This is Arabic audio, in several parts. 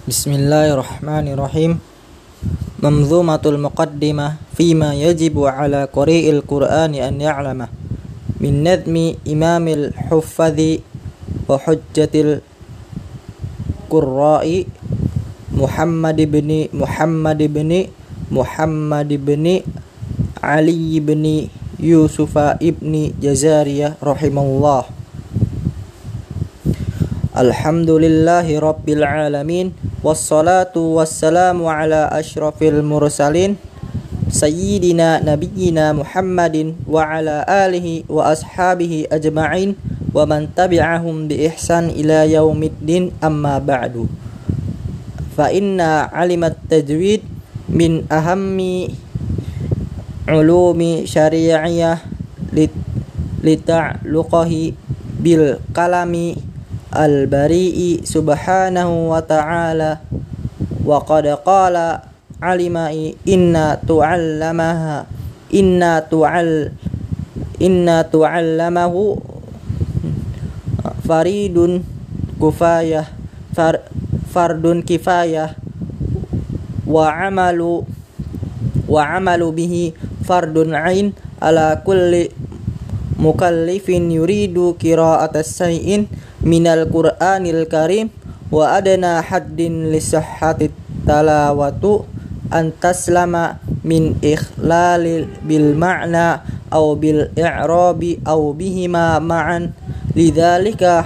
Bismillahirrahmanirrahim. Manzumatul muqaddimah fima yajibu ala qari'il Qur'ani an ya'lama min nadmi imamil huffadhi wa hujjatil qurra'i Muhammad ibn Ali ibn Yusufa ibn Jazariyah rahimahullah. Alhamdulillahi rabbil alamin, wassalatu wassalamu ala ashrafil mursalin sayyidina nabiyyina Muhammadin wa ala alihi wa ashabihi ajma'in wa man tabi'ahum bi ihsan ila yaumiddin, amma ba'du. Fa inna alimat tajwid min ahammi ulumi syari'iyah lita'luqahi bil kalami al-bari'i subhanahu wa ta'ala, wa qad qala alimai inna tu'allamahu fardun kifayah wa amalu bihi fardun ain ala kulli mukallifin yuridu qira'atas say'in minal Qur'anil Karim, wa adana haddin li sihhatit talawatu an taslama min ikhlalil bil ma'na aw bil i'rabi aw bihima ma'an. Lidzalika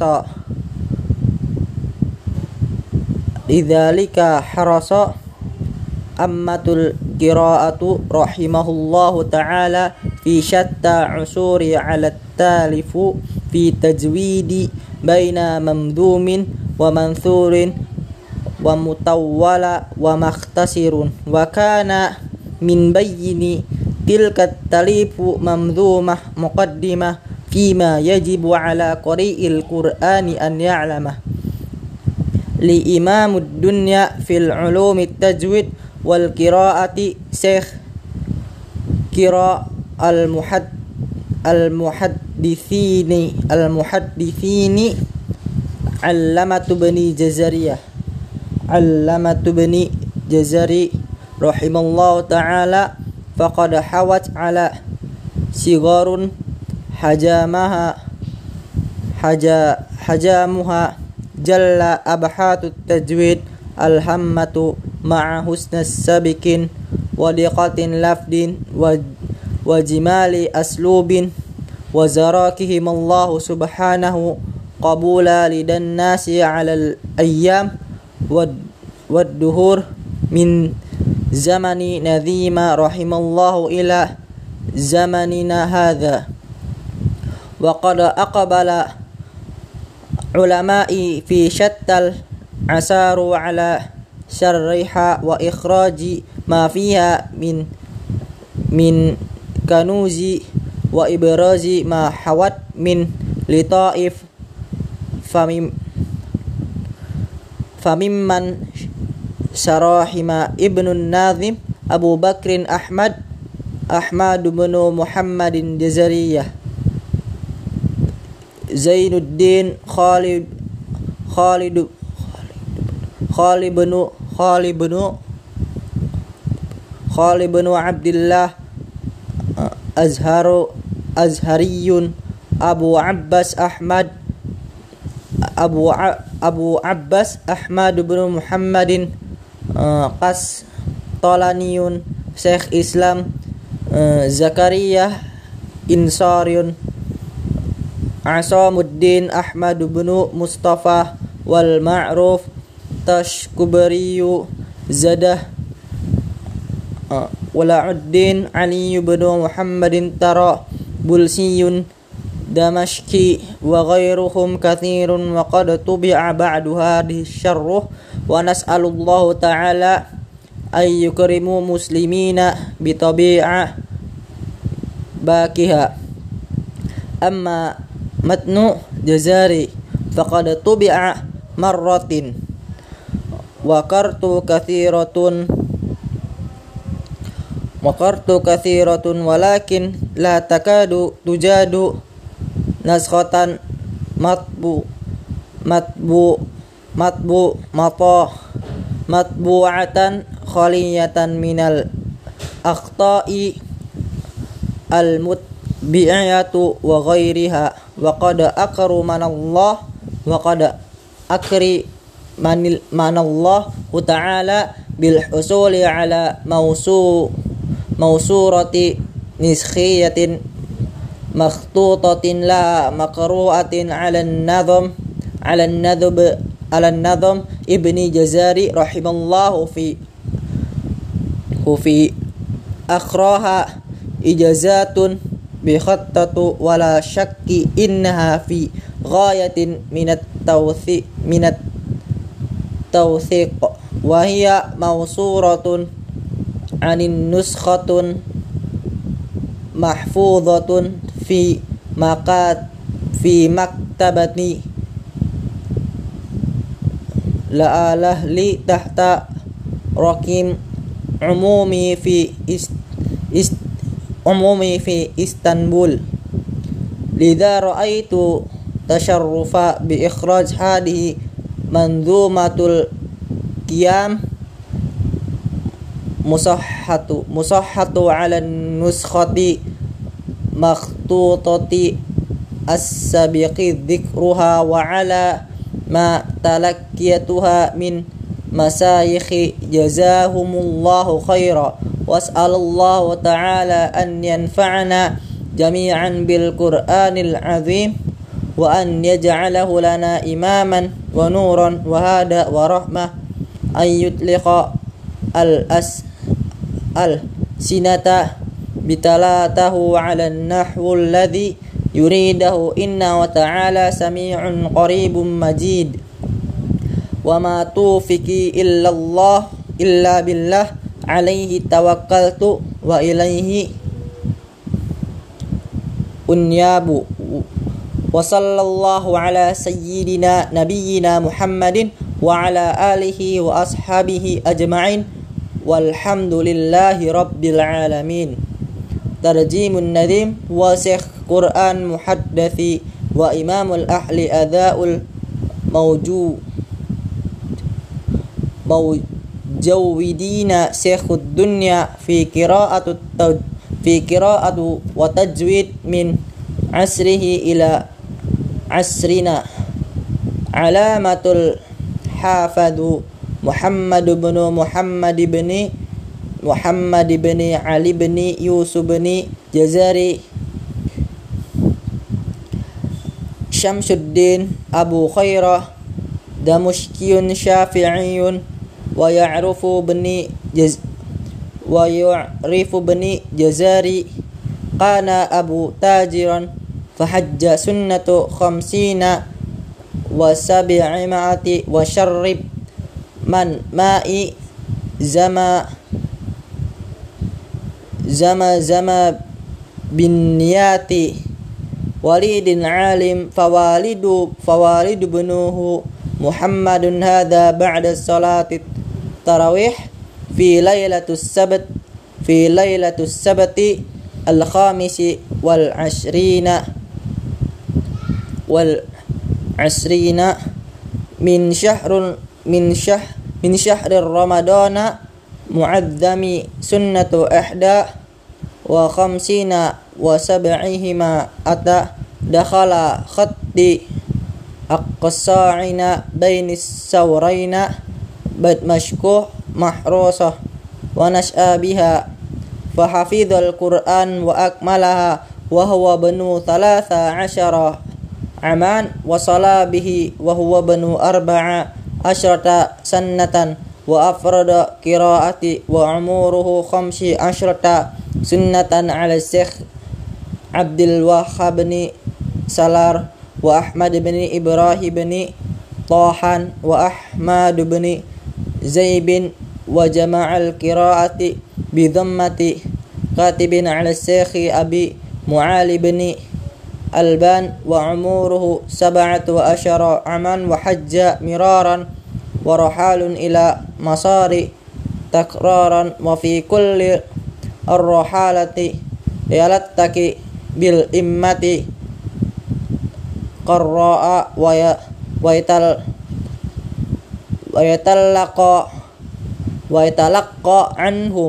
harasa ammatul qira'atu rahimahullahu ta'ala fi syatta usuri 'ala talifu fi tajwidi baina mamdumin wa manthurin wa mutawwala wa makhtasirun, wa kana min bayyini tilka talifu mamdhumah muqaddimah fima yajibu ala qari'il Qur'ani an ya'lama li imamud dunya fil ulumit tajwid wal qira'ati Syekh al-muhaddithini Allamatu bani Jazari rahimallahu ta'ala, faqad hawat ala sigarun hajamuha jalla abhatut tajwid alhammatu ma'a husnas sabikin wa diqatin lafdin wa jimali aslubin wa zarakihim Allah subhanahu qabula lidan nasi ala al-ayyam wad duhur min zamani nadhima rahimallahu ila zamanina hadha. Wa qad aqbala ulama'i fi shattal asaru ala syarriha wa ikhraji ma fiha min kanuzi wa ibrazi ma hawat min litaif famimman syarahima ibnun nazim Abu Bakrin Ahmad bin Muhammadin Jazariyah Zainuddin Khalid bin Abdullah Azhariyun Abu Abbas Ahmad bin Muhammadin Qastolaniyun Syekh Islam Zakaria Insariyun Asamuddin Ahmad bin Mustafa wal Ma'ruf Tashkubariyu Zadah Walauddin Ali bin Muhammadin Tara Bulsiyun Damashki wa ghairuhum kathirun, wa qad tubi'a ba'du hadhihi syarruh, wa nas'alullahu ta'ala ay yukrimu muslimina bi tabi'ah bakiha. Amma matnu Jazari faqad tubi'a marratin wa qartu kathiratun walakin la takadu tujadu naskhatan matbu'atan khaliyatan minal akhta'i al-mutbi'atu wa ghairiha wa qad akrimanallah wa qad akrimanallahu ta'ala bil husuli ala mawsurati niskhiyatin makhtutatin la maqru'atin ala an-nadham ibni Jazari rahimallahu fi akhraha ijazatun bi khattatu wala syakki innaha fi ghayatin minat tawthiq wa hiya mawsuratun anin nuskhatun mahfuzatun fi maktabati la ahli tahta rakim umumi fi Istanbul lidha ra'aitu tasharrufa bi ikhraj hadhihi manzumatul qiyam musahhatu ala nuskhati makhtutati as-sabiqi dhikruha wa ala ma talakkiyatuha min masayikhi jazahumullahu khaira was'alallahu ta'ala an yanfa'ana jami'an bil qur'anil azim wa an yaj'alahu lana imaman wa nuran wa hada wa rahmah an yutliqa al-sinata bitalatahu ala an-nahwu alladhi yuridahu inna wa ta'ala sami'un qaribun majid wa ma tawfiqi illa billah alaihi tawakkaltu wa ilaihi unyabu wa sallallahu ala sayyidina nabiyyina Muhammadin wa ala alihi wa ashabihi ajma'in walhamdulillahi rabbil alamin. Tarjimun nadim wa syekh Quran muhaddathi wa imamul ahli adha'ul mawjawidina syekhud dunya fi qira'atu wa tajwid min asrihi ila asrina alamatul hafadhu Muhammad ibn Ali ibn Yusuf ibn Jazari Syamsuddin Abu Khairah Damashqiyun Syafi'iyun wa ya'rifu ibn Jazari kana Abu tajiran fahajja sunnatu khamsina wa sab'ima'ati wa syarrib man ma'i zama bin niyati walidin alim fawalidu bunuhu Muhammadun hadha ba'da salati tarawih fi laylatus sabti al-khamisi wal ashrina min syahri ramadana mu'adzami sunnatu ihda wa khamsina wa sab'ihima ata dakhala khatti aqsa'ina bainis sawraina bad mashkuh mahrusah wa nas'a biha fa hafidhal Qur'an wa akmalaha wa huwa banu 13 aman wa sala bihi wa huwa banu 14 sanatan wa afrada qiraati wa umuruhu 15 sunnatan ala Syekh Abdul Wahhab bin Salar wa Ahmad bin Ibrahim bin Tahan wa Ahmad bin Zaybin wa jama'al qiraati bi dhammati katibin ala Syekh Abi Mu'ali bin Alban wa umuruhu 17 aman wa hajja miraran wa rahalun ila masari takraran wa fi kulli ar-rahalati yalattaki bil immati qarra'a wa ويتلقى عنهم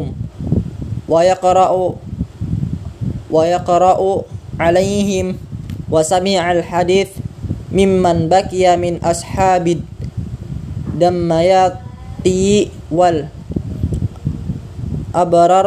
ويقرأ عليهم وسمع الحديث ممن بقي من أصحاب الدمياطي والأبرار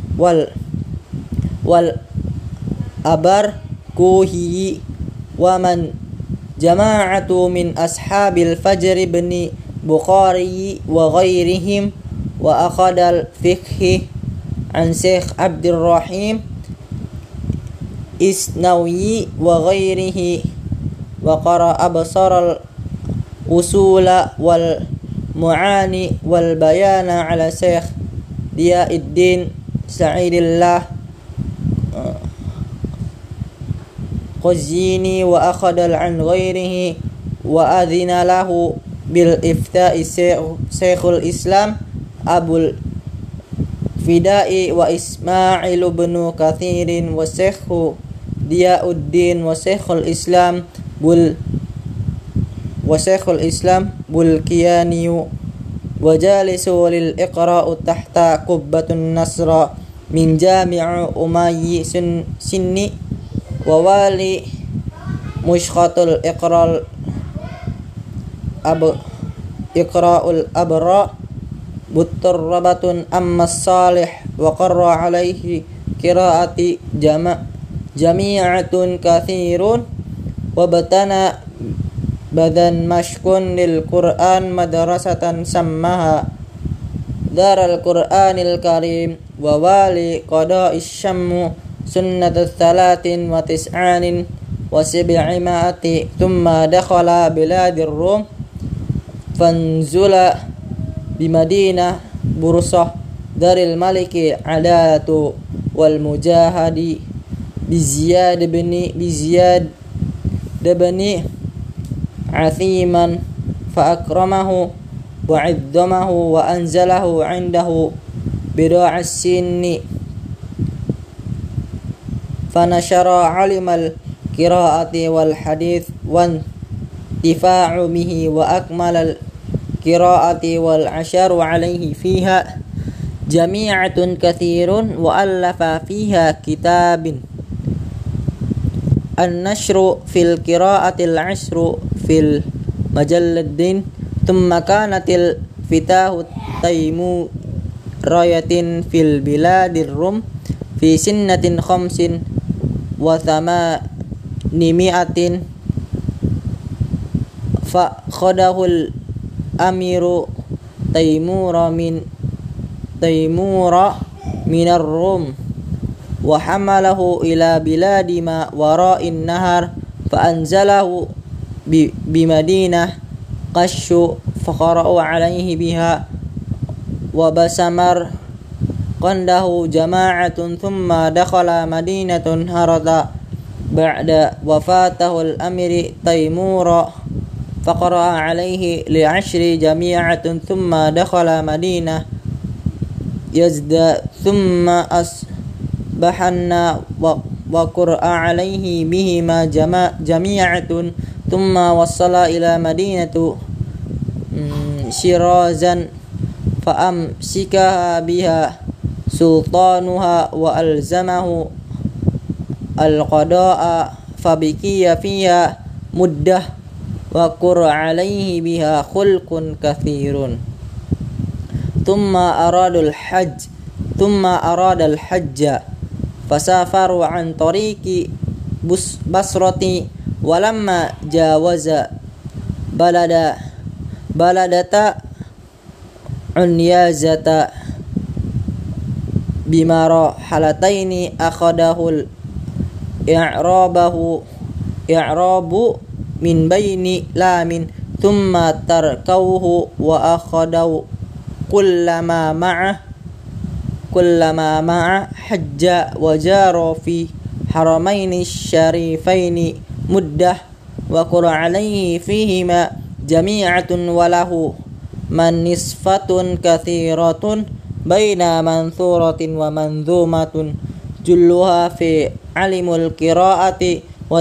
والأبركوهي ومن جماعة من أصحاب الفجر بن بخاري وغيرهم وأخذ الفقه عن شيخ عبد الرحيم إسنوي وغيره وقرأ أبصر الأصول والمعاني والبيان على شيخ ضياء الدين سعيد الله قزيني وأخذ عن غيره وأذن له بالإفتاء شيخ الإسلام أبو الفداء وإسماعيل بن كثير وشيخ ضياء الدين وشيخ الإسلام بلكياني وجالسوا للإقراء تحت قبة النصر من جامع أمي سني ووالي مشخط الإقراء الأبراء متربة أما الصالح وقر عليه قراءة جميعة كثير وبتنى بدن مشك للقرآن مدرسة سمها دار القرآن الكريم ووالي قضاء الشم سنة 93 ثم دخل بلاد الروم فانزل بمدينة برصة دار الملك عدالة والمجاهد بزياد بن عثيما فأكرمه وعظمه وأنزله عنده بضاع السن فنشر علم القراءة والحديث وانتفاع به وأكمل القراءة والعشر عليه فيها جميعة كثير وألف فيها كتاب النشر في القراءة العشر في المجلدين ثم كانت الفتاة تيمورية في البلاد الروم في سنة 500 فأخذه الأمير تيمور من الروم وحمله إلى بلاد ما وراء النهر فأنزله بمدينة قش فقرأوا عليه بها وبسمر قنده جماعة ثم دخل مدينة هرد بعد وفاته الأمير تيمور فقرأ عليه ل10 جميعة ثم دخل مدينة يزد ثم أصبحنا وقرأ عليه بهما جميعة ثم وصل إلى مدينة شيرازا فأمسكها بها سلطانها وألزمه القضاء فبكي فيها مدة وقرأ عليه بها خلق كثير ثم أراد الحج فسافروا عن طريق بصرة ولما جاوز بلدة عنيازة بمرحلتين أخذه الإعراب من بين لام ثم تركوه وأخذوا كلما معه حج وجار في حرمين الشريفين مدة وقرأ عليه فيهما جميعة وله من نصفة كثيرة بين منثورة ومنظومة جلها في علم القراءة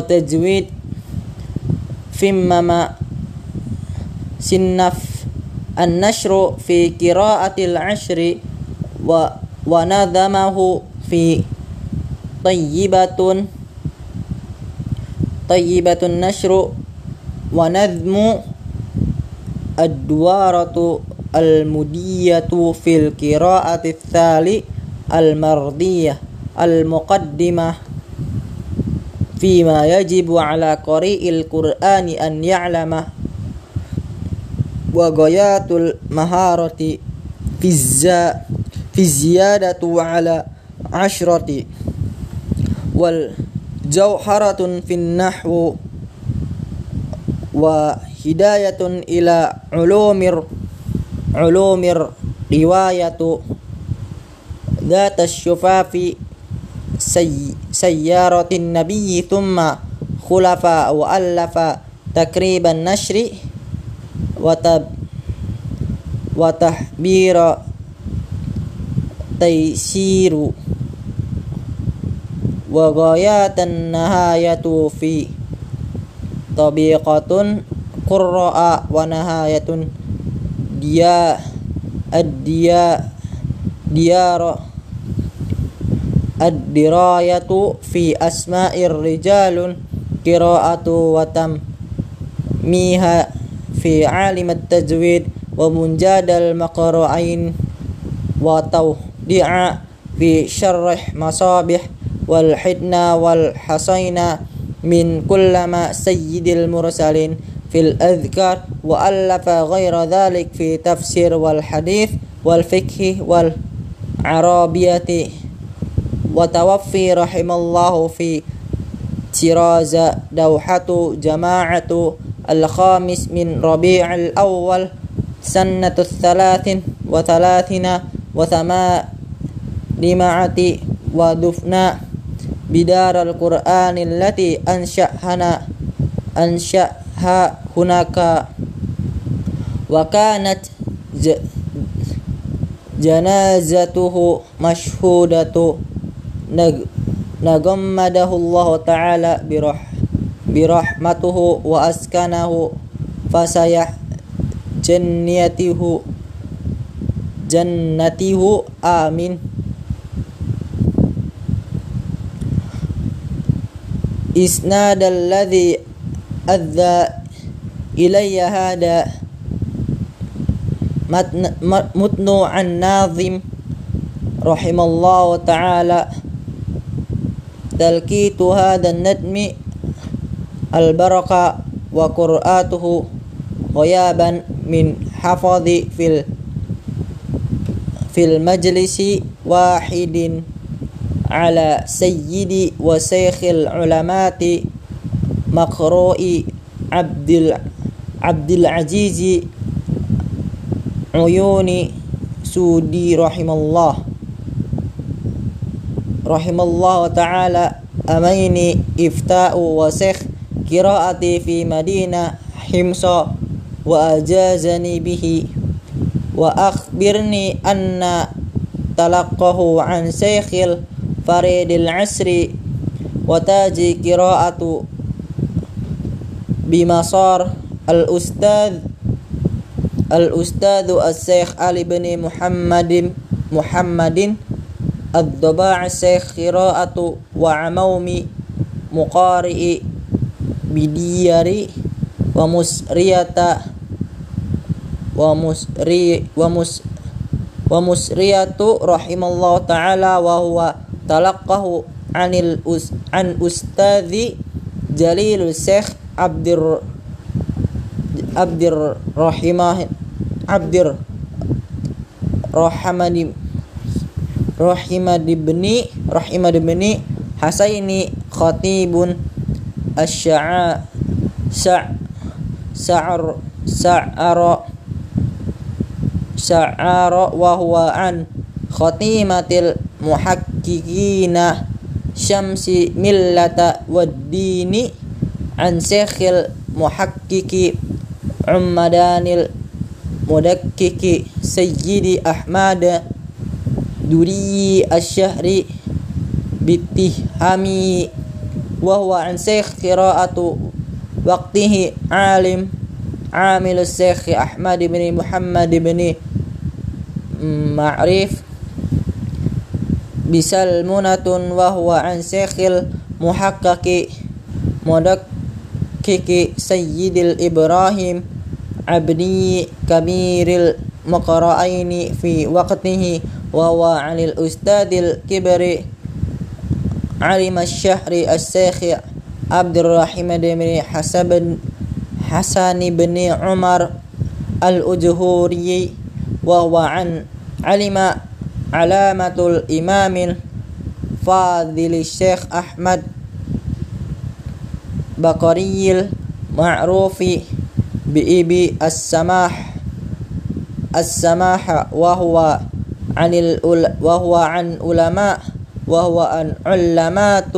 وتجويد ثم سنف النشر في قراءة العشر ونظمه في طيبة النشر ونظم الدوارة المدية في القراءة الثالث المرضية المقدمة فيما يجب على قارئ القرآن أن يعلم وغايات المهارة في الزيادة على 10 والجوهرة في النحو وهداية إلى علوم الرواية ذات الشفاف سيارة النبي ثم خلف وألف تقريب النشر وتحبير تيسير وغايات النهاية في طبيقة قراء ونهاية الدراية في أسماء الرجال قراءة وتميها في عالم التجويد ومنجاد المقرئين وتوضيع في شرح مصابيح والحدنا والحصينا من كلما سيد المرسلين في الأذكار وألف غير ذلك في تفسير والحديث والفقه والعربية وتوفي رحم الله في طراز دوحة جماعة الخامس من ربيع الأول سنة 33 و800 ودفنا بدار القرآن التي أنشأها هناك وكانت جنازته مشهودة نغمده الله تعالى برحمته وأسكنه فسيح جنته آمين. إسناد الذي أدى إلي هذا متن عن ناظم رحم الله تعالى تلقيت هذا الندم البركة وقراءته غيابا من حفظ في المجلس واحد على سيدي وشيخ العلماء مقروء عبد العزيز عيون سودي رحم الله تعالى أمين إفتاء وشيخ قراءتي في مدينة حمص وأجازني به وأخبرني أن تلقه عن شيخ الفريد العسري وتاج قراءة بمصار الأستاذ الشيخ علي بن محمد الضباع الشيخ قراءة وعموم مقارئ بديار ومسرية رحم الله تعالى وهو تلقه عن أستاذ جليل الشيخ عبد الرحمن بن حسين خطيب شعر وهو عن خطيمة المحققين شمس ملة والدين عن شيخ المحقق عمدان المدقق سيد أحمد دري الشهر بالتهامي وهو عن شيخ قراءة وقته عالم عامل الشيخ أحمد بن محمد بن معرف بسلمنة وهو عن شيخ المحقق مدقق سيد الإبراهيم عبدي كبير المقرئين في وقته وهو عن الأستاذ الكبر علم الشهر الشيخ عبد الرحيم بن حسن بن عمر الأجهوري وهو عن علم علامة الإمام الفاضل الشيخ أحمد بقري المعروف بإبي السماح وهو عن علامات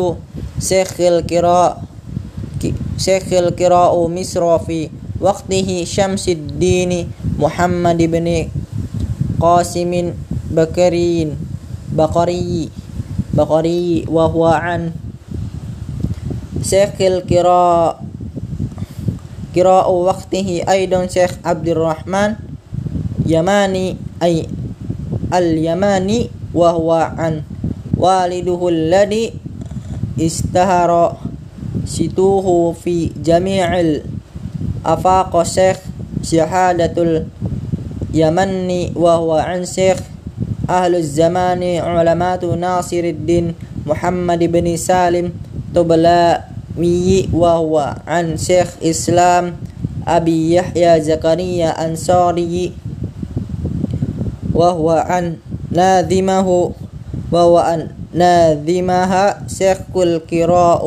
شيخ القراء مصر في وقته شمس الدين محمد بن قاسم بقري وهو عن شيخ القراء وقته أيضا شيخ عبد الرحمن يماني أي اليماني وهو عن والده الذي اشتهر ستوه في جميع الآفاق شيخ شهادة اليمن وهو عن شيخ أهل الزمان علماء ناصر الدين محمد بن سالم طبلامي وهو عن شيخ إسلام أبي يحيى زكريا أنصاري وهو عن ناظمها شيخ القراء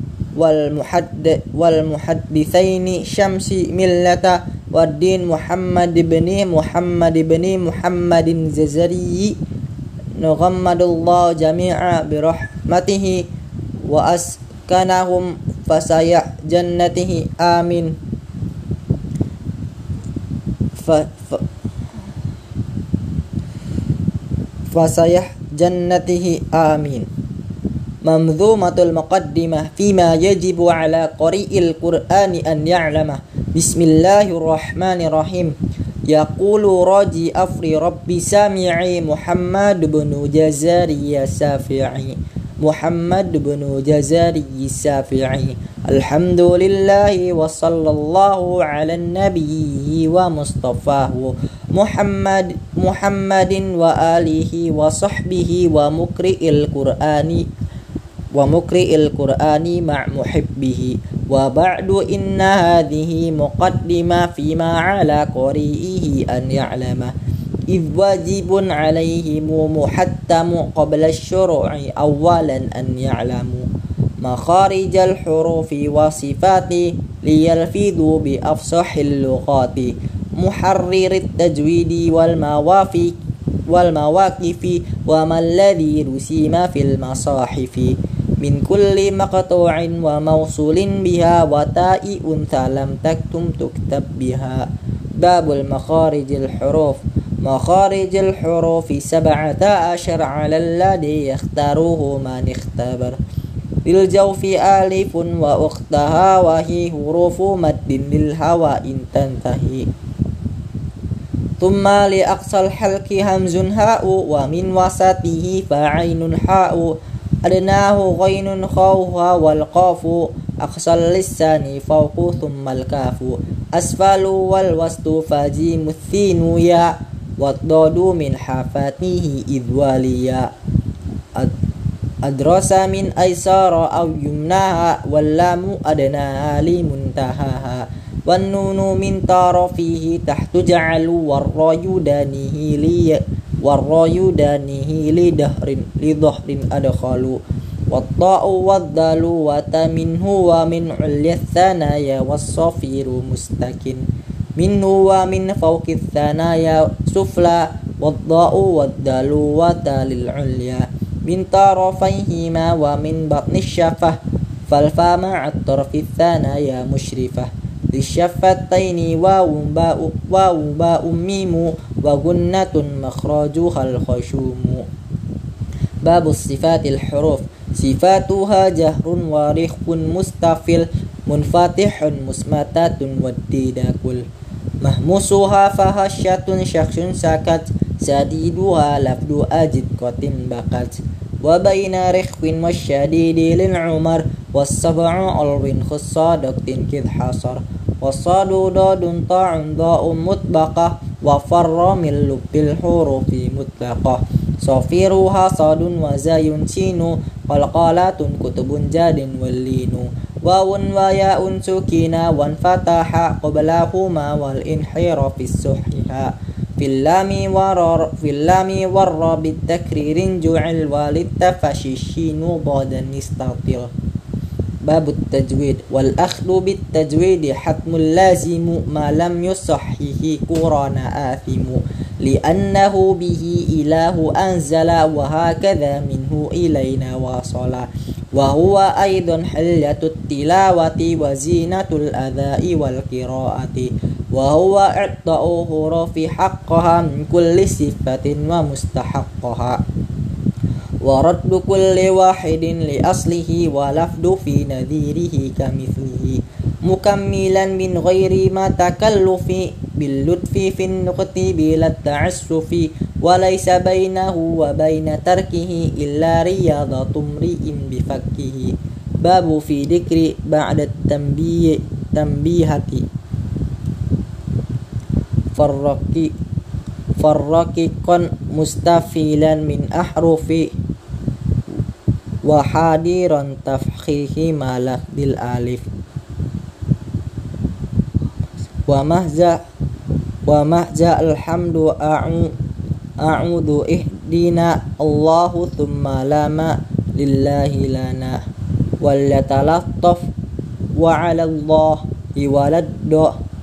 والمحدثين شمس ملة والدين محمد بن محمد الجزري نغمد الله جميعا برحمته وأسكنهم فسيح جنته آمين فسيح جنته آمين. منظومة المقدمة فيما يجب على قارئ القرآن أن يعلمه. بسم الله الرحمن الرحيم. يقول راجي أفري ربي سامعي محمد بن جزري الشافعي الحمد لله وصلى الله على النبي ومصطفاه محمد وآله وصحبه ومقرئ القرآن مع محبه وبعد إن هذه مقدمة فيما على قارئه أن يعلمه إذ واجب عليهم محتم قبل الشروع أولا أن يعلموا مخارج الحروف وصفات ليلفظوا بأفصح اللغات محرر التجويد والمواقف وما الذي رسم في المصاحف من كل مقطوع وموصول بها وتاء أنثى لم تكتب بها. باب المخارج الحروف. مخارج الحروف 17 على الذي يختاره من اختبر للجوف ألف وأختها وهي حروف مد للهوى إن تنتهي ثم لأقصى الحلق همز هاء ومن وسطه فعين حاء أدناه غين خوها والقاف أقصى اللسان فوق ثم الكاف أسفل والوسط فجيم الثين يا والضاد من حافاته إذ واليا أدرس من أيسار أو يمناها واللام أدناها لمنتهاها والنون من طرفه تحت جعل والراي دانه لظهر أدخل والطاء والذال وتمنه ومن عليا الثنايا والصفير مستكن منه ومن فوق الثنايا سفلى والضاء والذال وتال العليا من طرفيهما ومن بطن الشفة فالفاء مع الطرف الثنايا مشرفة للشفتين واو باء ميم وغنة مخرجها الخشوم. باب الصفات الحروف. صفاتها جهر ورخ مستفل منفتح مسمتة والديد كل مهموسها فهشة شخص سكت سديدها لفظ أجد قتم بقت وبين رخو والشديد للعمر والسبع علو خص دقت كذ حصر والصاد ضاد طاع ضاء مطبقة وفر من لب الحروف مطلقة صفيرها صاد وزاي سين قلقالات كتب جاد واللين واو وياء سكينة وانفتح قبلهما والانحراف السحيها في اللام ور بالتكرير جعل وللتفشي الشين ضادا يستطير باب التجويد والأخذ بالتجويد حتم لازم ما لم يصحه قرآن آثم لأنه به إله أنزل وهكذا منه إلينا وصل وهو أيضا حلية التلاوة وزينة الأداء والقراءة وهو إعطاء حروف حقها من كل صفة ومستحقها ورد كل واحد لأصله ولفظ في نذيره كمثله مكملا من غير ما تكلف باللطف في النقط بلا التعسف وليس بينه وبين تركه إلا رياضة امرئ بفكه باب في ذكر بعد التنبيهة فرقا مستفيلا من أحرف وحادرا تفخيه ما لفظ الألف ومهجأ الحمد أعوذ إهدنا الله ثم لما لله لنا وليتلطف وعلى الله ولد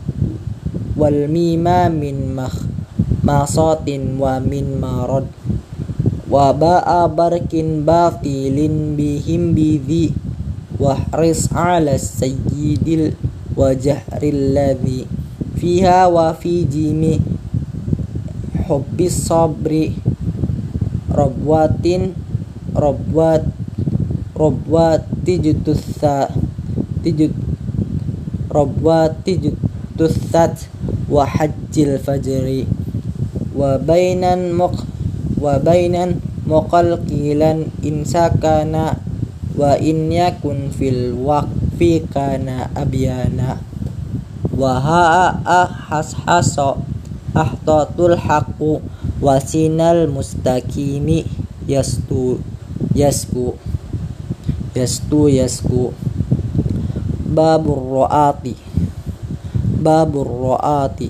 والميم من مخمصات ومن مرض وباء برك باطل بهم بذي واحرص على السيد وجهر الذي فيها وفي جيم حب الصبر ربوات تجتثت وحج الفجر وبين مقلقلا إن سكن وإن يكن في الوقف كان أبيانا وهاء حصحص أحطاط الحق وسين المستقيم يسكو باب الرؤات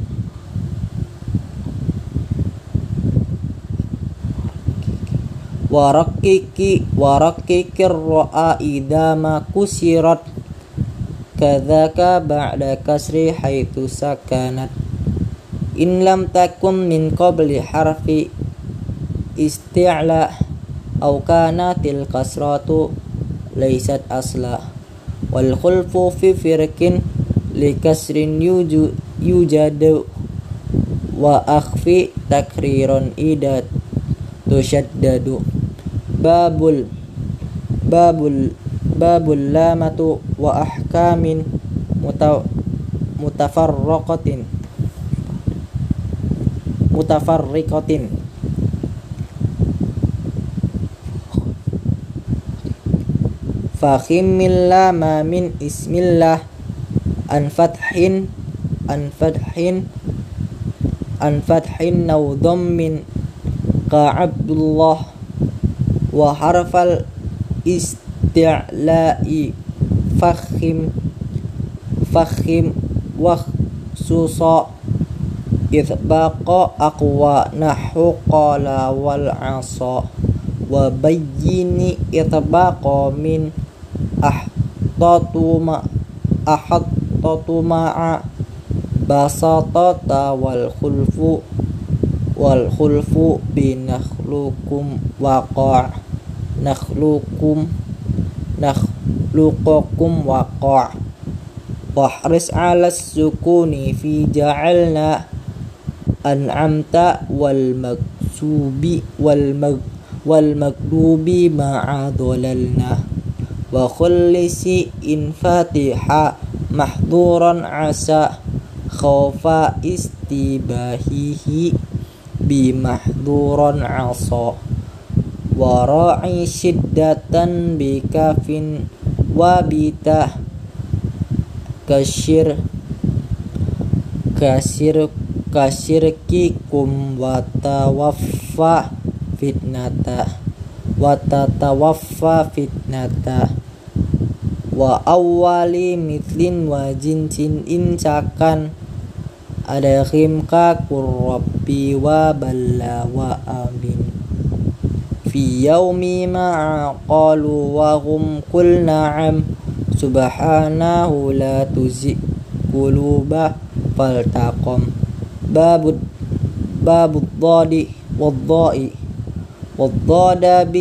ورقق الرؤى إذا ما كسرت كذاك بعد كسر حيث سكنت إن لم تكن من قبل حرف استعلاء أو كانت الكسرة ليست أصلا والخلف في فرق لكسر يوجد وأخفي تكرير إذا تشدد باب اللامة وأحكام متفرقة فخم اللام من اسم الله عن فتح أو ضم كعبد الله وحرف الاستعلاء فخم وخصوصا إطباق أقوى نحو قال والعصا وبين إطباق من أحطط مع بساطة والخلف بنخلقكم وقع واحرص على السكون في جعلنا أنعمت والمكتوب مع ضللنا وخلص إن فاتحة محظورا عسى خوف استباهه بمحظورا عصى وراعي شدة بكاف وبته كشرككم وتتوفى فتنة وأول مثل وجنس إن سكن أدخمك قل ربي وبلى وآمن في يوم ما قالوا وهم قل نعم سبحانه لا تزغ قلوبه فالتقم باب الضاد والضاد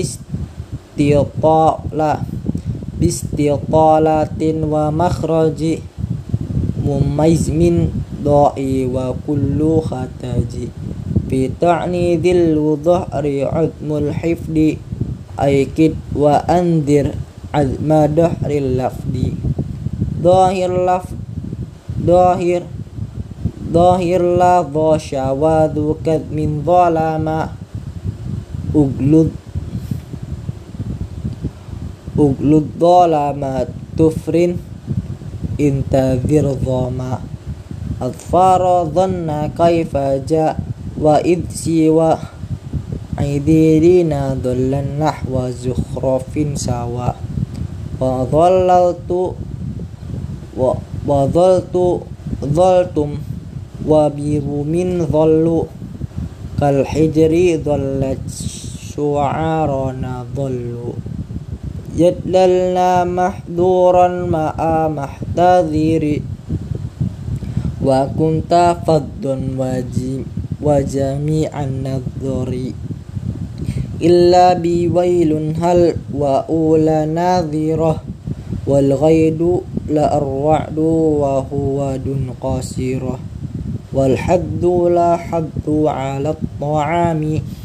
باستطالة ومخرج مميز من ضاء وكل خطاج في طعن ذي الظهر عدم الحفظ أيكد وأنذر عزم دهر اللفظ ظاهر لفظ شواذ كذب ظلم أغلظ ظلم تفر انتظر ظما أظفار ظن كيف جاء وإذ سوى عذرين ضل نحو زخرف سوا ظلتم وبرم ظلوا كالحجر ظلت شعارنا ظلوا يدللنا محذورا مع محتذر وكنت فضا وجميع النظر إلا بويل هل وأولى ناظرة والغيد لا الرعد وهو دون قاصرة والحد لا حد على الطعام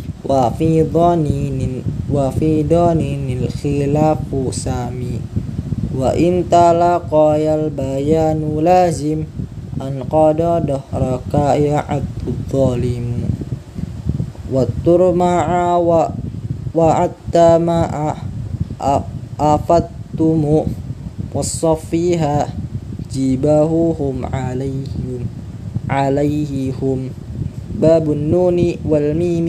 وفي ضنين الخلاف سامي وإن تلاقى البيان لازم أن قد دهرك يعد الظالم والتر مع وعدت مع أفتم والصفيها جباههم عليهم باب النون والميم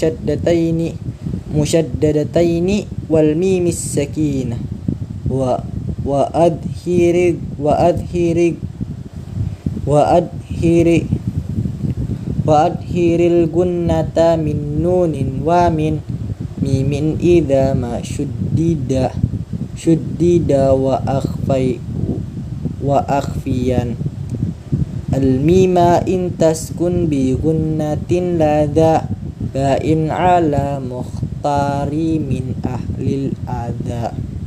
مشددتين والميم السكينة وأدهر الجنة من نون ومن ميم إذا ما شدد وأخفيا الميم إن تسكن بغنة لذا بائن على مختار من أهل الأذى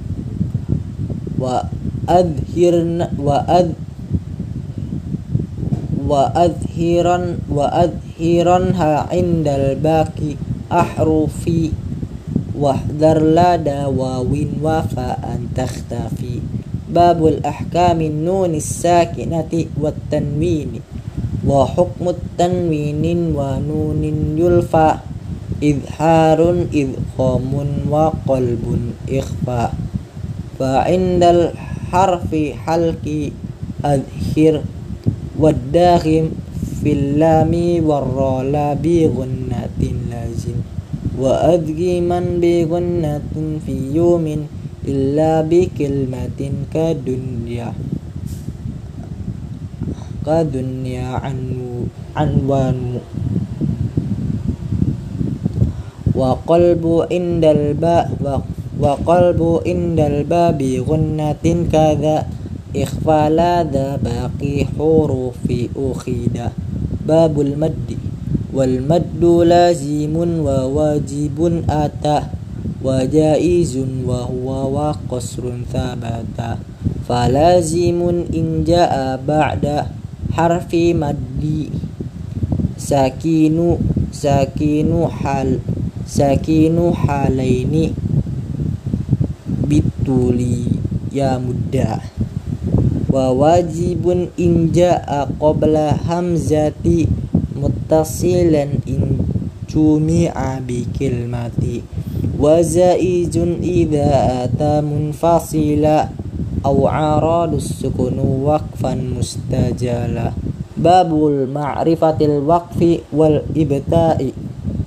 وأظهرنها عند الباقي أحرفي واحذر لدى واو وفاء تختفي باب الأحكام النون الساكنة والتنوين وحكم التنوين ونون يلفى إظهار إدغام وقلب إخفاء فعند الحرف حلق أظهر والداغم في اللام والراء بغنة لازم وأدغما بغنة في يوم إلا بكلمة كدنيا عنوان وقلب عند الباء بغنة كذا إخفى لذا باقي حروف أخيدة باب المد والمد لازم وواجب أتى وجائز وهو وقصر ثبت فلازم إن جاء بعد حرف مد ساكين حالين بالطول ya mudda. Wa wajibun in ja'a qabla hamzati muttasilan in jumi'a bi kilmati. Wa zaizun idha ata munfasila aw aradus sukunu waqfan mustajala. Babul ma'rifatil waqfi wal ibta'i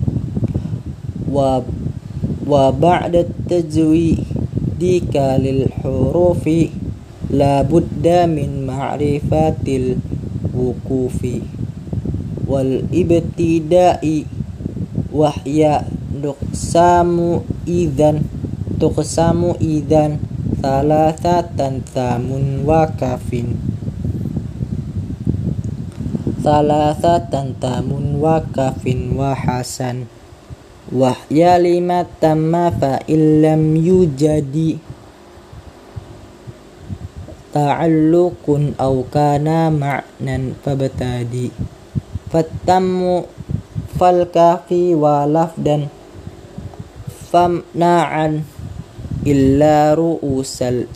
wa ba'da tajwidi kalil hurufi la budda min ma'rifatil wuqufi wal ibtida'i wahya tuqsamu idzan thalathatan tamun wa kafin wa hasan wahya lima tamma fa illam yujadi ta'alluqun aw kana ma'nan fabtadi fatammu fal kafi wa lafdan famna'an illa ru'usal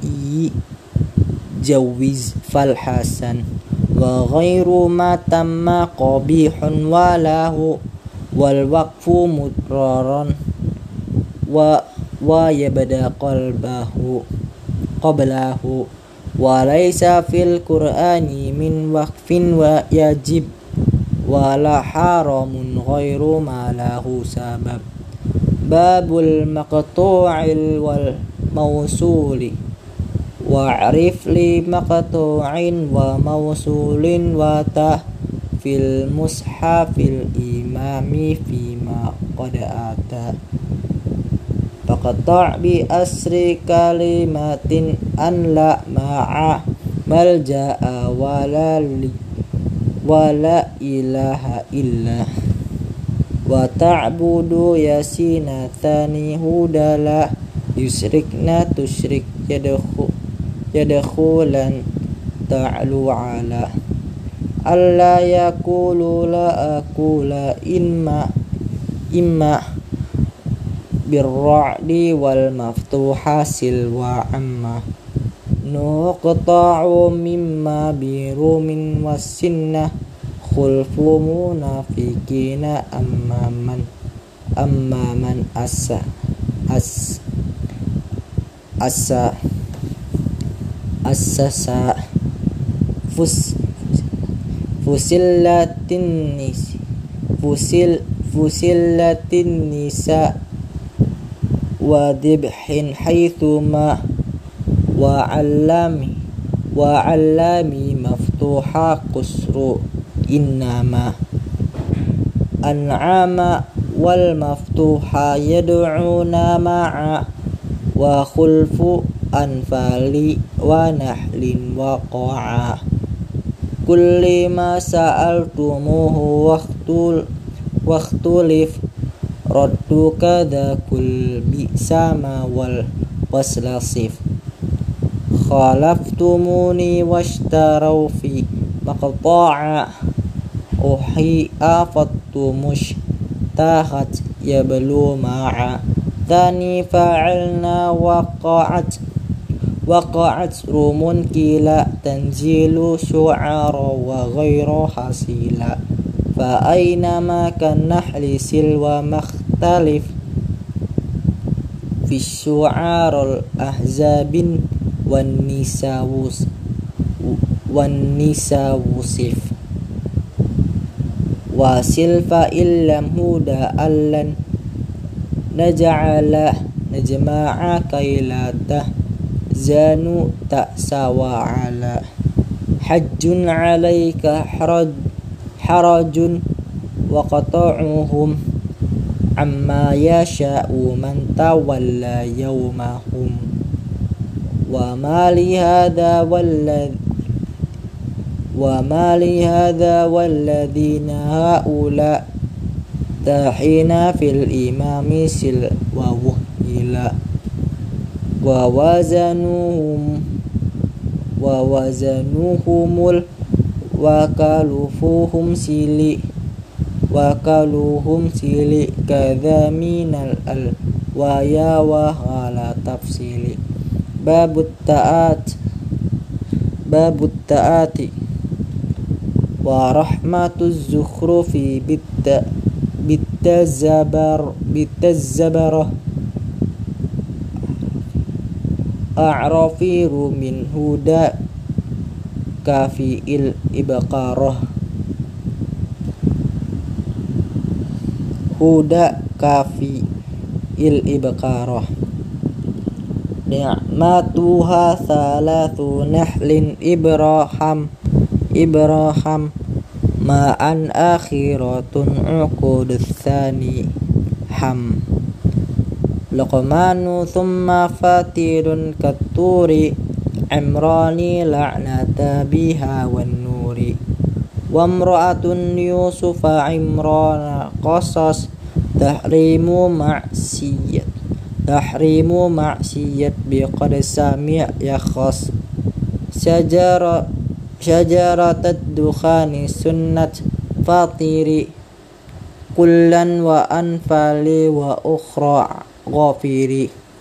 jawiz fal hasan wa ghairu ma tamma qabihun wa lahu wal waqfu mudraran wa yabda qablahu wa laysa fil qur'ani min waqfin wa yajib wa la haramun ghairu ma lahu sabab. Babul maqtu'il wal mawsuli wa'rif li maqtu'in wa mawsulin wa ta fil mushafil imami fima qad ata. Faqta' bi asri kalimatin an la ma'a malja'a wa la ilaha illa wa ta'budu yasina thani hudala yusrikna tusyrik yadkhulan ta'lu ala alla yaqulu la aqula imma birra'di wal maftuha silwa amma nuqta'u mimma birumin wasinna khulfu munafiqina amman assa fusillatin nisa wa dibhin haythuma wa allami maftuha qusru innama an'ama wal maftuha yad'una ma'a wa khulfu anfali wa nahlin wa qa'a kulli ma sa'altumuhu waqtulif raddu kadha kul bi'sama wal waslasif khalaftumuni washtaraw fi maqta'a uhi afattumush tahat yablu ma'a tani fa'alna waqa'at rumun kila tanzilu syu'ara wa ghairu hasila fa aynama kan nahli silwa makhtalif fi syu'arul ahzabin wan nisawusif wasil fa illam huda allan najma'a kailata zanu ta'sawa ala hajjun alayka harajun wa qata'uhum amma yasha'u man tawalla yawmahum wa ma li hadha walladhina haula tahina fil imami sil wa wuhila wa wazanuhumul wa kaluhum sili kadha minal al wa ya wa hala tafsili باب التآت ورحمة الزخرف بالتزبرة أعرفير من هدى كافي الإبقارة هدى كافي الإبقارة نعمتها ثلاث نحل إبراهام ما أن آخرة عقود الثاني حم لقمان ثم فاتر كالطور عمران لعنة بها والنور وامرأة يوسف عمران قصص تحريم معصية بقد سمع يخص شجرة الدخان سنة فاطر كلا وأنفال وأخرى غافر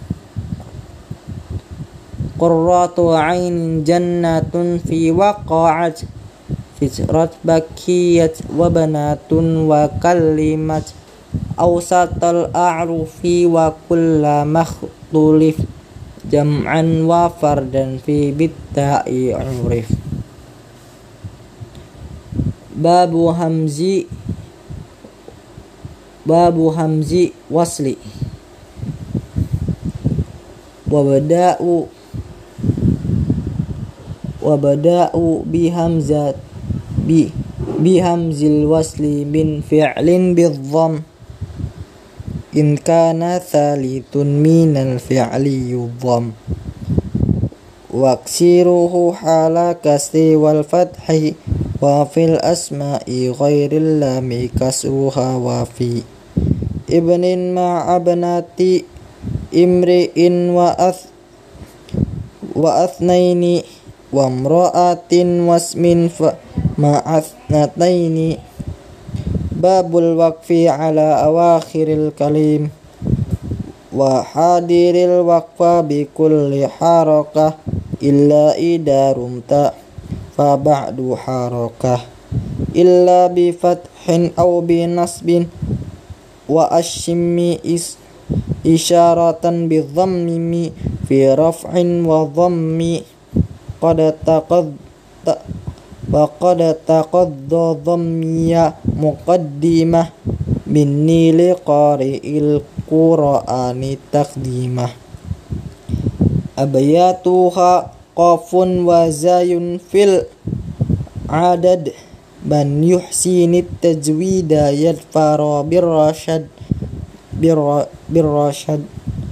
قرة عين جنة في وقعت فترة بكية وبنات وكلمت أوسط الأعرف وكل مختلف جمعا وفردا في بالتاء عرف باب همز وصل وبدأ بهمز الوصل من فعل بالضم إن كان ثالث من الفعل يضم واكسره حال كسر والفتح وفي الأسماء غير اللام كسرها وفي ابن مع ابنة امرئ وأثنين وامرأة واسم مع اثنتين باب الوقف على أواخر الكلم وحاضر الوقف بكل حركة إلا إذا رمت فبعد حركة إلا بفتح أو بنصب وأشم إشارة بالضم في رفع وضم وقد تقضى ضمي مقدمة مني لقارئ القرآن تقديمة أبياتها قاف وزاي في العدد من يحسن التجويد يظفر بالرشد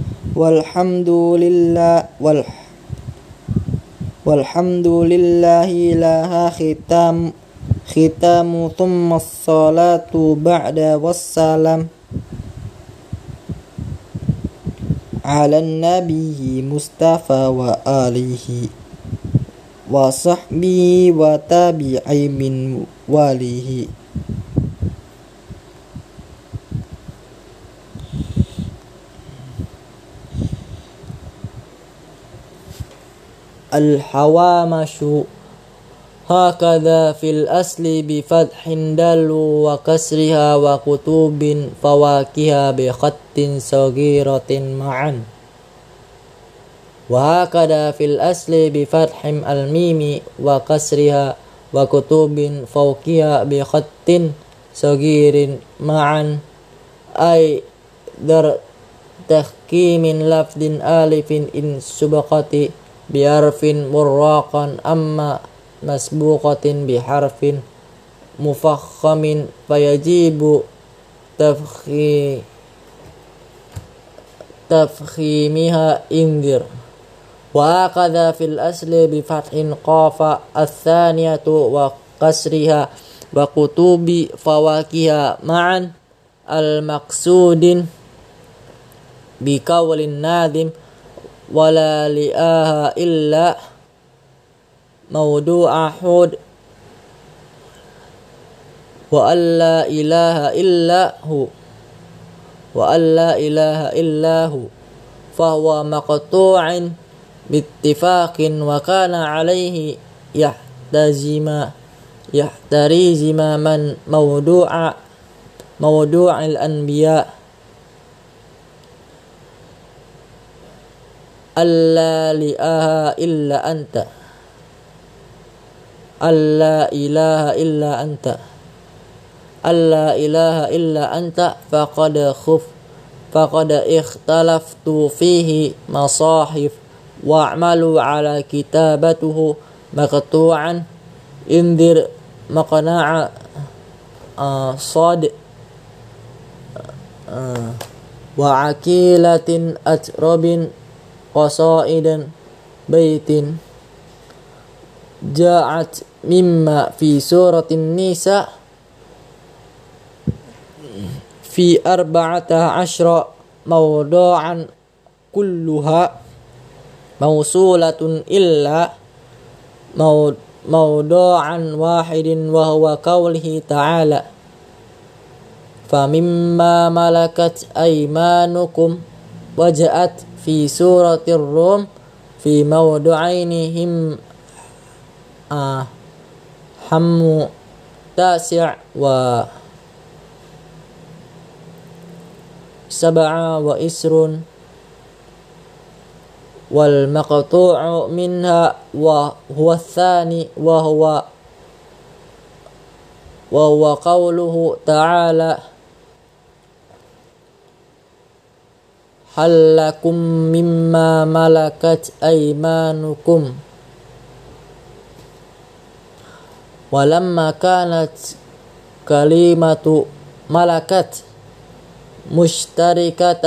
والحمد لله لها ختام ثم الصلاة بعد والسلام على النبي مصطفى وآله وصحبه وتابعي من واليه الحوامش هكذا في الأصل بفتح دل وكسرها وكتب فواكه بخط صغيرة معا وهكذا في الأصل بفتح الميم وكسرها وكتب فوقها بخط صغير معا أي در تحكيم لفظ ألف إن سبقت بحرف مراقا أما مسبوقة بحرف مفخم فيجب تفخيمها انذر وهكذا في الأصل بفتح قاف الثانية وكسرها وكتب فواكه معا المقصود بقول الناظم ولا لآها إلا موضوع حود وأن لا إله إلا هو فهو مقطوع باتفاق وكان عليه يحترزم من موضوع الأنبياء ألا إله إلا أنت ألا إله إلا أنت ألا إله إلا أنت فقد اختلفت فيه مصاحف واعملوا على كتابته مقطوعا انذر مقنع صاد وعكيلة أترب قصائد بيت جاءت مما في سورة النساء في 14 موضوعا كلها موصولة إلا موضوعا واحد وهو قوله تعالى فمما ملكت أيمانكم وجاءت في سورة الروم في موضوعين هم 27 والمقطوع منها وهو الثاني وهو قوله تعالى هل لكم مما ملكت أيمانكم ولما كانت كلمة ملكت مشتركة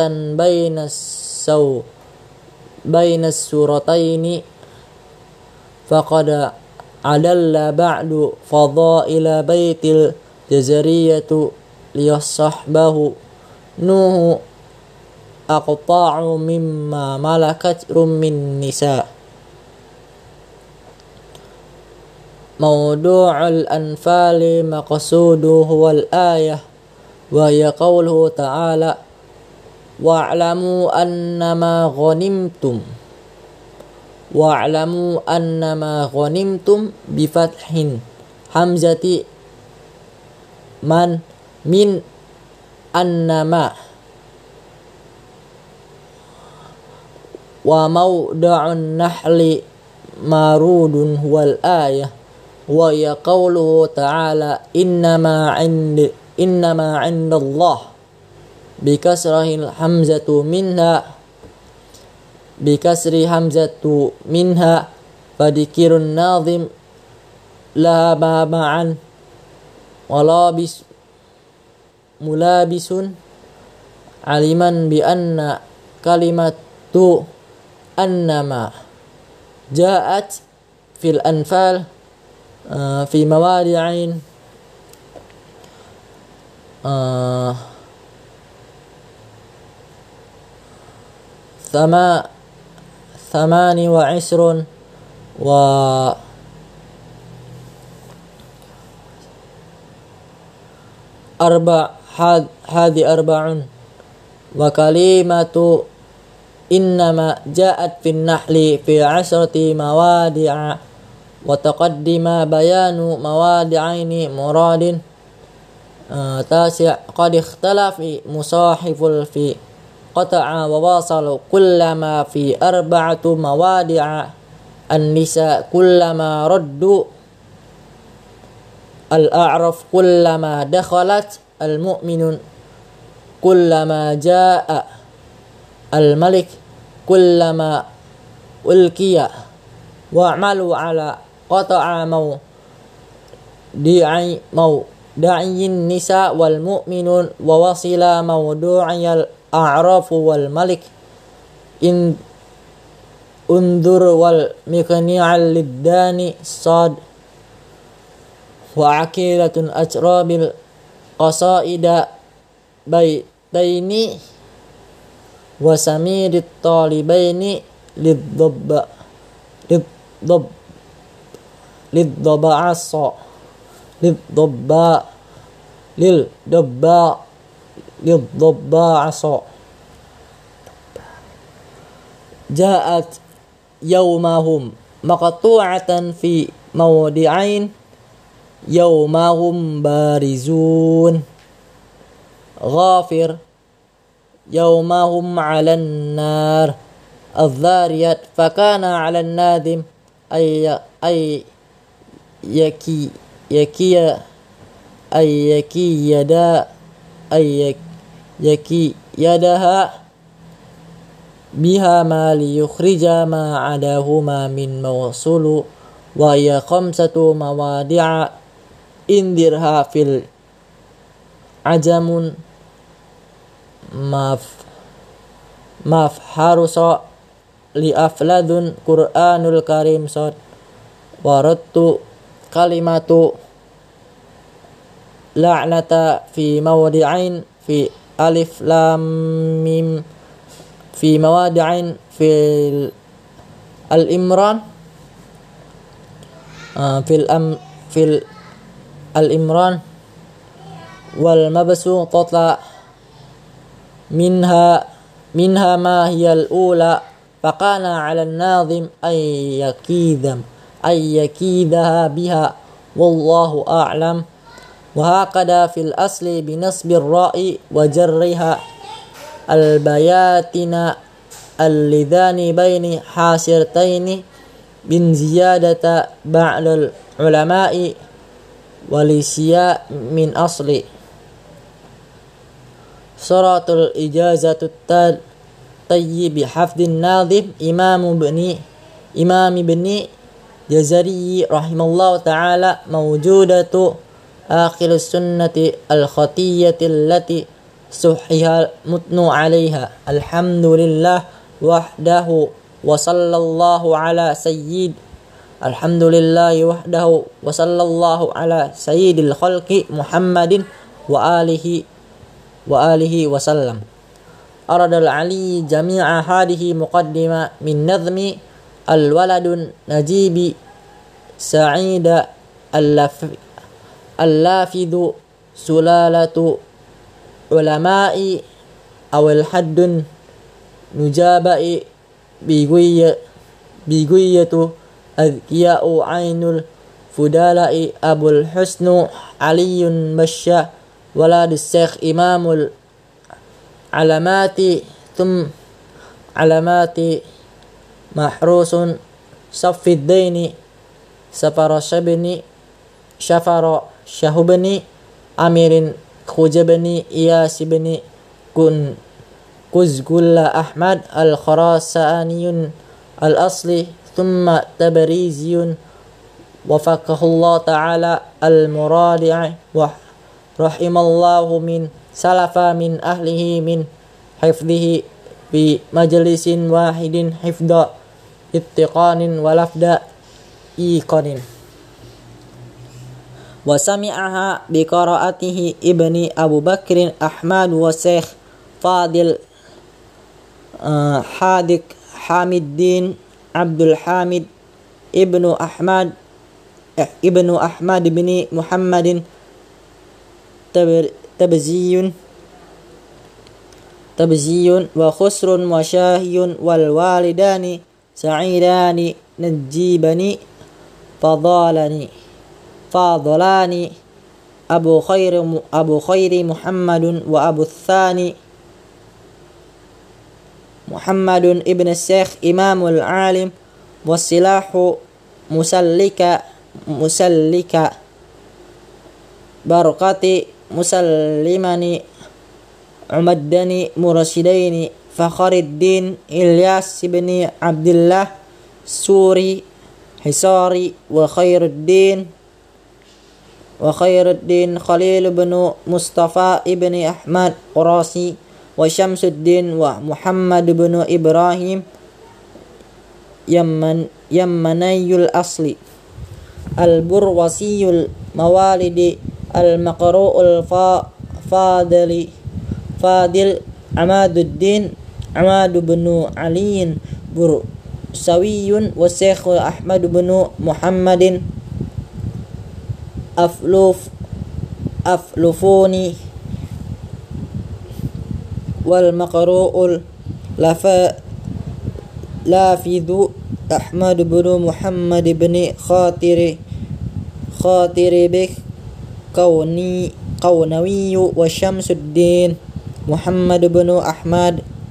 بين السورتين فقد عدل بعد فضائل بيت الجزرية ليصحبه نوح أقطاع مما ملكت أم النساء. موضوع الأنفال مقصوده هو الآية وهي قوله تعالى واعلموا أنما غنمتم بفتح حمزة من أنما وموضع النحل مارود هو الآية وهي قوله تعالى إنما عند الله بكسر همزة منها فذكر الناظم لها ما معا ملابس علما بأن كلمة أنما جاءت في الأنفال في مواضع 28 هذه 4 وكلمة إنما جاءت في النحل في 10 مواضع وتقدم بيان مواضعين مراد 9 قد اختلف مصاحف في قطع وواصل كلما في 4 مواضع النساء كلما ردوا الأعرف كلما دخلت المؤمن كلما جاء الملك كلما ألقي واعملوا على قطع موضعي النساء والمؤمنون ووصل موضوعي الأعراف والملك انظر والمقنع للداني صاد وعكيلة أتراب القصائد بيتين وسمير الطالبين للضباع جاءت يومهم مقطوعة في موضعين يومهم بارزون غافر يومهم على النار الذاريات فكان على النادم أي يكي يدها بها ما ليخرج ما عداهما من موصول وهي 5 مواضع انذرها في العجم مفحرص لأفلذ قرآن الكريم صد وردت كلمة لعنة في موضعين في ألف لام ميم في مواضعين في الإمران في الإمران والمبسوطة منها ما هي الأولى فكان على الناظم أن يكيدها بها والله أعلم وهكذا في الأصل بنصب الراء وجرها البياتين اللذان بين حاسرتين من زيادة بعض العلماء ولسياء من أصل صراط الإجازة الطيب حفظ الناظم إمام بن جزري رحمه الله تعالى موجودة آخر السنة الخطية التي صحها المتن عليها الحمد لله وحده وصلى الله على سيد الخلق محمد وآله وسلم أرد العلي جميع هذه مقدمة من نظم الولد نجيب سعيد اللافذ سلالة علماء أو الحد نجابة بقية أذكياء عين الفدلاء أبو الحسن علي مشى ولد الشيخ إمام العلامات ثم علامات محروس صف الدين سفر شهبني أمير خجبني إياس بن كزقل أحمد الخراساني الأصلي ثم تبريزي وفقه الله تعالى المرادع رحم الله من سلف من أهله من حفظه في مجلس واحد حفظ اتقان ولفظ إيقان وسمعها بقراءته ابن أبو بكر أحمد وشيخ فاضل حامد الدين عبد الحامد ابن أحمد بن محمد تبزي وخسر وشاهي والوالدان سعيدان نجيبني فاضلان أبو خير محمد وأبو الثاني محمد ابن الشيخ إمام العالم والسلاح مسلك برقة مسلمني عمدني مرشدين فخر الدين إلياس بن عبد الله سوري حصاري وخير الدين خليل بن مصطفى ابن أحمد قراسي وشمس الدين ومحمد بن إبراهيم يمني الأصل البروسي الموالد المقروء فاضل عماد الدين عماد بن علي برسوي والشيخ أحمد بن محمد أفلفوني والمقروء لافظ أحمد بن محمد بن خاطر بك قونوي وشمس الدين محمد بن أحمد